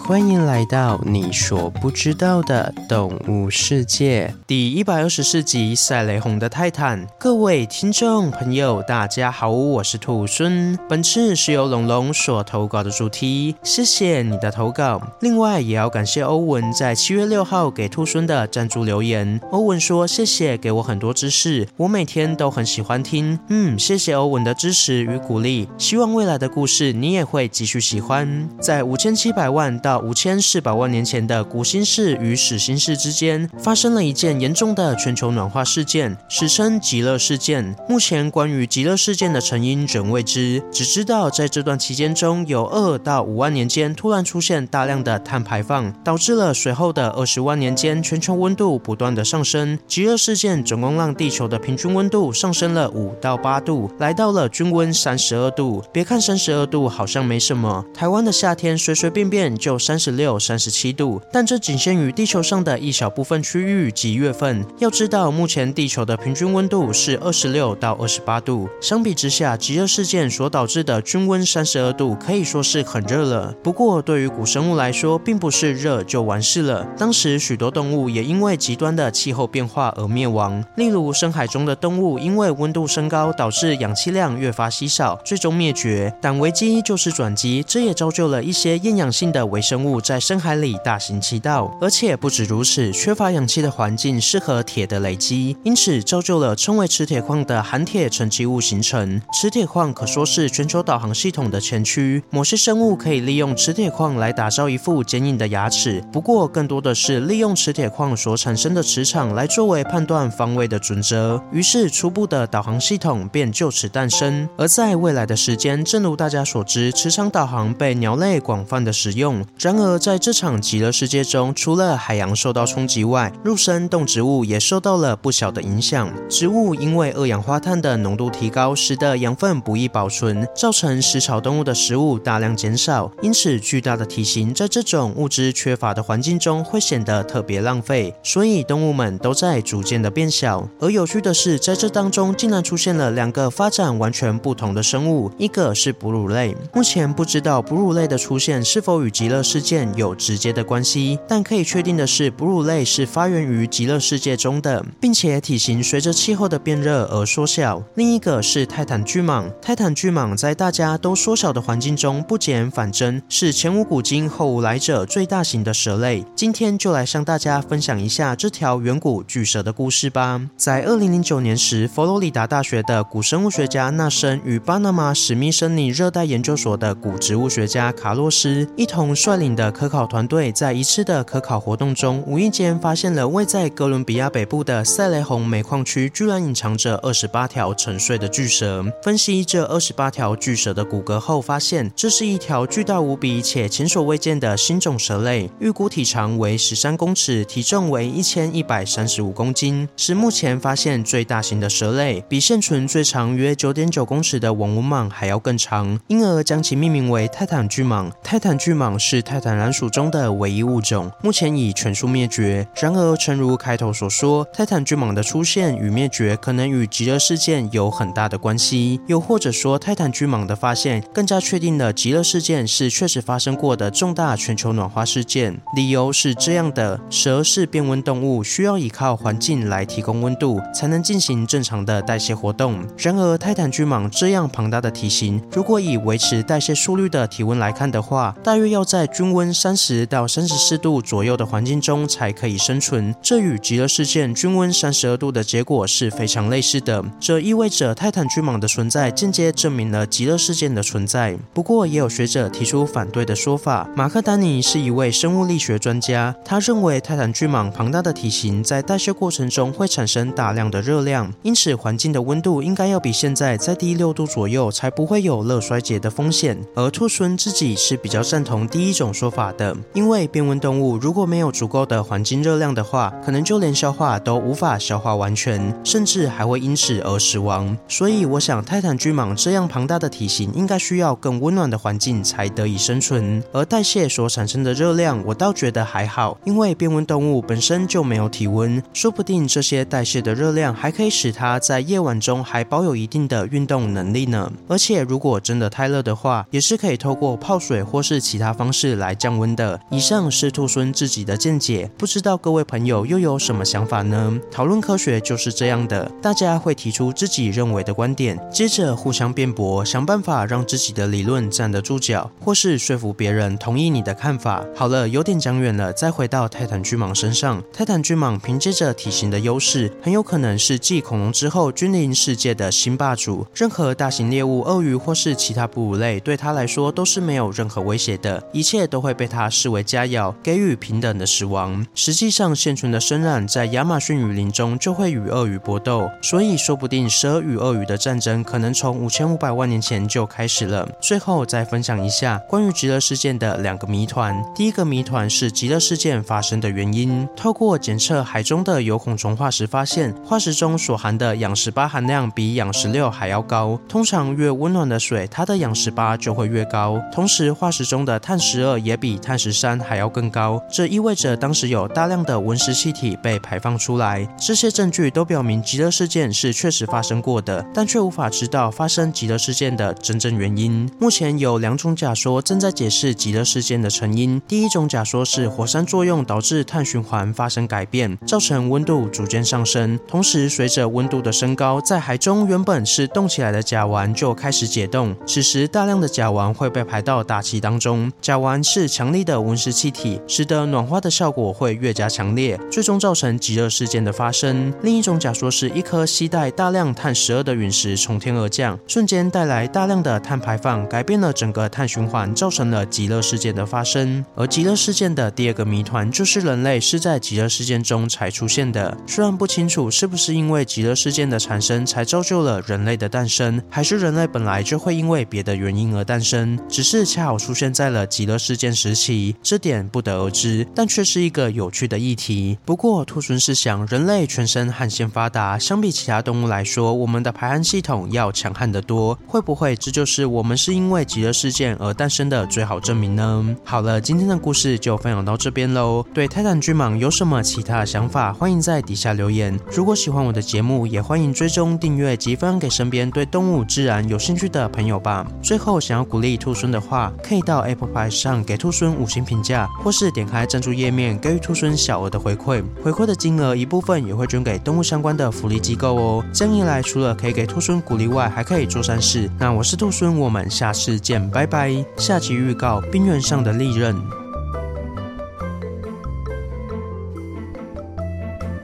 欢迎来到你所不知道的动物世界第124集赛雷红的泰坦。各位听众朋友大家好，我是兔孙。本次是由龙龙所投稿的主题，谢谢你的投稿。另外也要感谢欧文在7月6号给兔孙的赞助留言。欧文说谢谢给我很多知识，我每天都很喜欢听。谢谢欧文的支持与鼓励，希望未来的故事你也会继续喜欢。在5700万到5400万年前的古新世与始新世之间，发生了一件严重的全球暖化事件，史称极乐事件。目前关于极乐事件的成因仍未知，只知道在这段期间中有2到5万年间突然出现大量的碳排放，导致了随后的20万年间全球温度不断的上升。极乐事件总共让地球的平均温度上升了5到8度，来到了均温32度。别看32度好像没什么，台湾的夏天随随便便就36、37度，但这仅限于地球上的一小部分区域及月份。要知道，目前地球的平均温度是26到28度，相比之下，极热事件所导致的均温32度可以说是很热了。不过，对于古生物来说，并不是热就完事了。当时许多动物也因为极端的气候变化而灭亡，例如深海中的动物因为温度升高导致氧气量越发稀少，最终灭绝。但危机就是转机，这也造就了一些厌氧性的微生物在深海里大行其道。而且不止如此，缺乏氧气的环境适合铁的累积，因此造就了称为磁铁矿的含铁沉积物形成。磁铁矿可说是全球导航系统的前驱，某些生物可以利用磁铁矿来打造一副坚硬的牙齿，不过更多的是利用磁铁矿所产生的磁场来作为判断方位的准则，于是初步的导航系统便就此诞生。而在未来的时间，正如大家所知，磁场导航被鸟类广泛的使用。然而在这场极乐世界中，除了海洋受到冲击外，陆生动植物也受到了不小的影响。植物因为二氧化碳的浓度提高，使得养分不易保存，造成食草动物的食物大量减少，因此巨大的体型在这种物质缺乏的环境中会显得特别浪费，所以动物们都在逐渐的变小。而有趣的是，在这当中竟然出现了2个发展完全不同的生物，一个是哺乳类。目前不知道哺乳类的出现是否与极乐事件有直接的关系，但可以确定的是，哺乳类是发源于极乐世界中的，并且体型随着气候的变热而缩小。另一个是泰坦巨蟒，泰坦巨蟒在大家都缩小的环境中不减反增，是前无古今后无来者最大型的蛇类。今天就来向大家分享一下这条远古巨蛇的故事吧。在2009年时，佛罗里达大学的古生物学家纳森与巴拿马史密森尼热带研究所的古植物学家卡洛斯一同率领的科考团队，在一次的科考活动中，无意间发现了位在哥伦比亚北部的赛雷洪煤矿区居然隐藏着28条沉睡的巨蛇。分析这28条巨蛇的骨骼后，发现这是一条巨大无比且前所未见的新种蛇类，预估体长为13公尺，体重为1135公斤，是目前发现最大型的蛇类，比现存最长约9.9公尺的网纹蟒还要更长，因而将其命名为泰坦巨蟒。泰坦巨蟒是泰坦蚺属中的唯一物种，目前已全数灭绝。然而诚如开头所说，泰坦巨蟒的出现与灭绝可能与极热事件有很大的关系，又或者说泰坦巨蟒的发现更加确定了极热事件是确实发生过的重大全球暖化事件。理由是这样的，蛇是变温动物，需要依靠环境来提供温度，才能进行正常的代谢活动。然而泰坦巨蟒这样庞大的体型，如果以维持代谢速率的体温来看的话，大约要在均温30到34度左右的环境中才可以生存，这与极热事件均温32度的结果是非常类似的。这意味着泰坦巨蟒的存在间接证明了极热事件的存在。不过也有学者提出反对的说法。马克丹尼是一位生物力学专家，他认为泰坦巨蟒庞大的体型在代谢过程中会产生大量的热量，因此环境的温度应该要比现在再低6度左右，才不会有热衰竭的风险。而兔孙自己是比较赞同第一种说法的，因为变温动物如果没有足够的环境热量的话，可能就连消化都无法消化完全，甚至还会因此而死亡。所以我想泰坦巨蟒这样庞大的体型应该需要更温暖的环境才得以生存。而代谢所产生的热量我倒觉得还好，因为变温动物本身就没有体温，说不定这些代谢的热量还可以使它在夜晚中还保有一定的运动能力呢。而且如果真的太热的话，也是可以透过泡水或是其他方式来降温的。以上是兔孙自己的见解，不知道各位朋友又有什么想法呢？讨论科学就是这样的，大家会提出自己认为的观点，接着互相辩驳，想办法让自己的理论站得住脚，或是说服别人同意你的看法。好了，有点讲远了，再回到泰坦巨蟒身上。泰坦巨蟒凭借着体型的优势，很有可能是继恐龙之后君临世界的新霸主。任何大型猎物、鳄鱼或是其他哺乳类，对它来说都是没有任何威胁的，一切都会被它视为佳肴，给予平等的死亡。实际上，现存的深蚺在亚马逊雨林中就会与鳄鱼搏斗，所以说不定蛇与鳄鱼的战争可能从5500万年前就开始了。最后再分享一下关于极乐事件的2个谜团。第一个谜团是极乐事件发生的原因。透过检测海中的有孔虫化石发现，化石中所含的氧18含量比氧16还要高。通常越温暖的水，它的氧18就会越高。同时，化石中的碳12也比碳13还要更高，这意味着当时有大量的温室气体被排放出来。这些证据都表明极乐事件是确实发生过的，但却无法知道发生极乐事件的真正原因。目前有2种假说正在解释极乐事件的成因。第一种假说是火山作用导致碳循环发生改变，造成温度逐渐上升，同时随着温度的升高，在海中原本是冻起来的甲烷就开始解冻，此时大量的甲烷会被排到大气当中。甲烷是强力的温室气体，使得暖化的效果会越加强烈，最终造成极热事件的发生。另一种假说是一颗携带大量碳12的陨石从天而降，瞬间带来大量的碳排放，改变了整个碳循环，造成了极热事件的发生。而极热事件的第2个谜团就是人类是在极热事件中才出现的。虽然不清楚是不是因为极热事件的产生才造就了人类的诞生，还是人类本来就会因为别的原因而诞生，只是恰好出现在了极热事件时期，这点不得而知，但却是一个有趣的议题。不过兔孙是想，人类全身汗腺发达，相比其他动物来说，我们的排汗系统要强悍得多。会不会这就是我们是因为极热事件而诞生的最好证明呢？好了，今天的故事就分享到这边咯。对泰坦巨蟒有什么其他的想法，欢迎在底下留言。如果喜欢我的节目，也欢迎追踪、订阅及分享给身边对动物自然有兴趣的朋友吧。最后，想要鼓励兔孙的话，可以到 Apple Podcast 上给兔孙5星评价，或是点开赞助页面给予兔孙小额的回馈。回馈的金额一部分也会捐给动物相关的福利机构哦。这样一来，除了可以给兔孙鼓励外，还可以做善事。那我是兔孙，我们下次见，拜拜。下集预告：冰原上的利刃。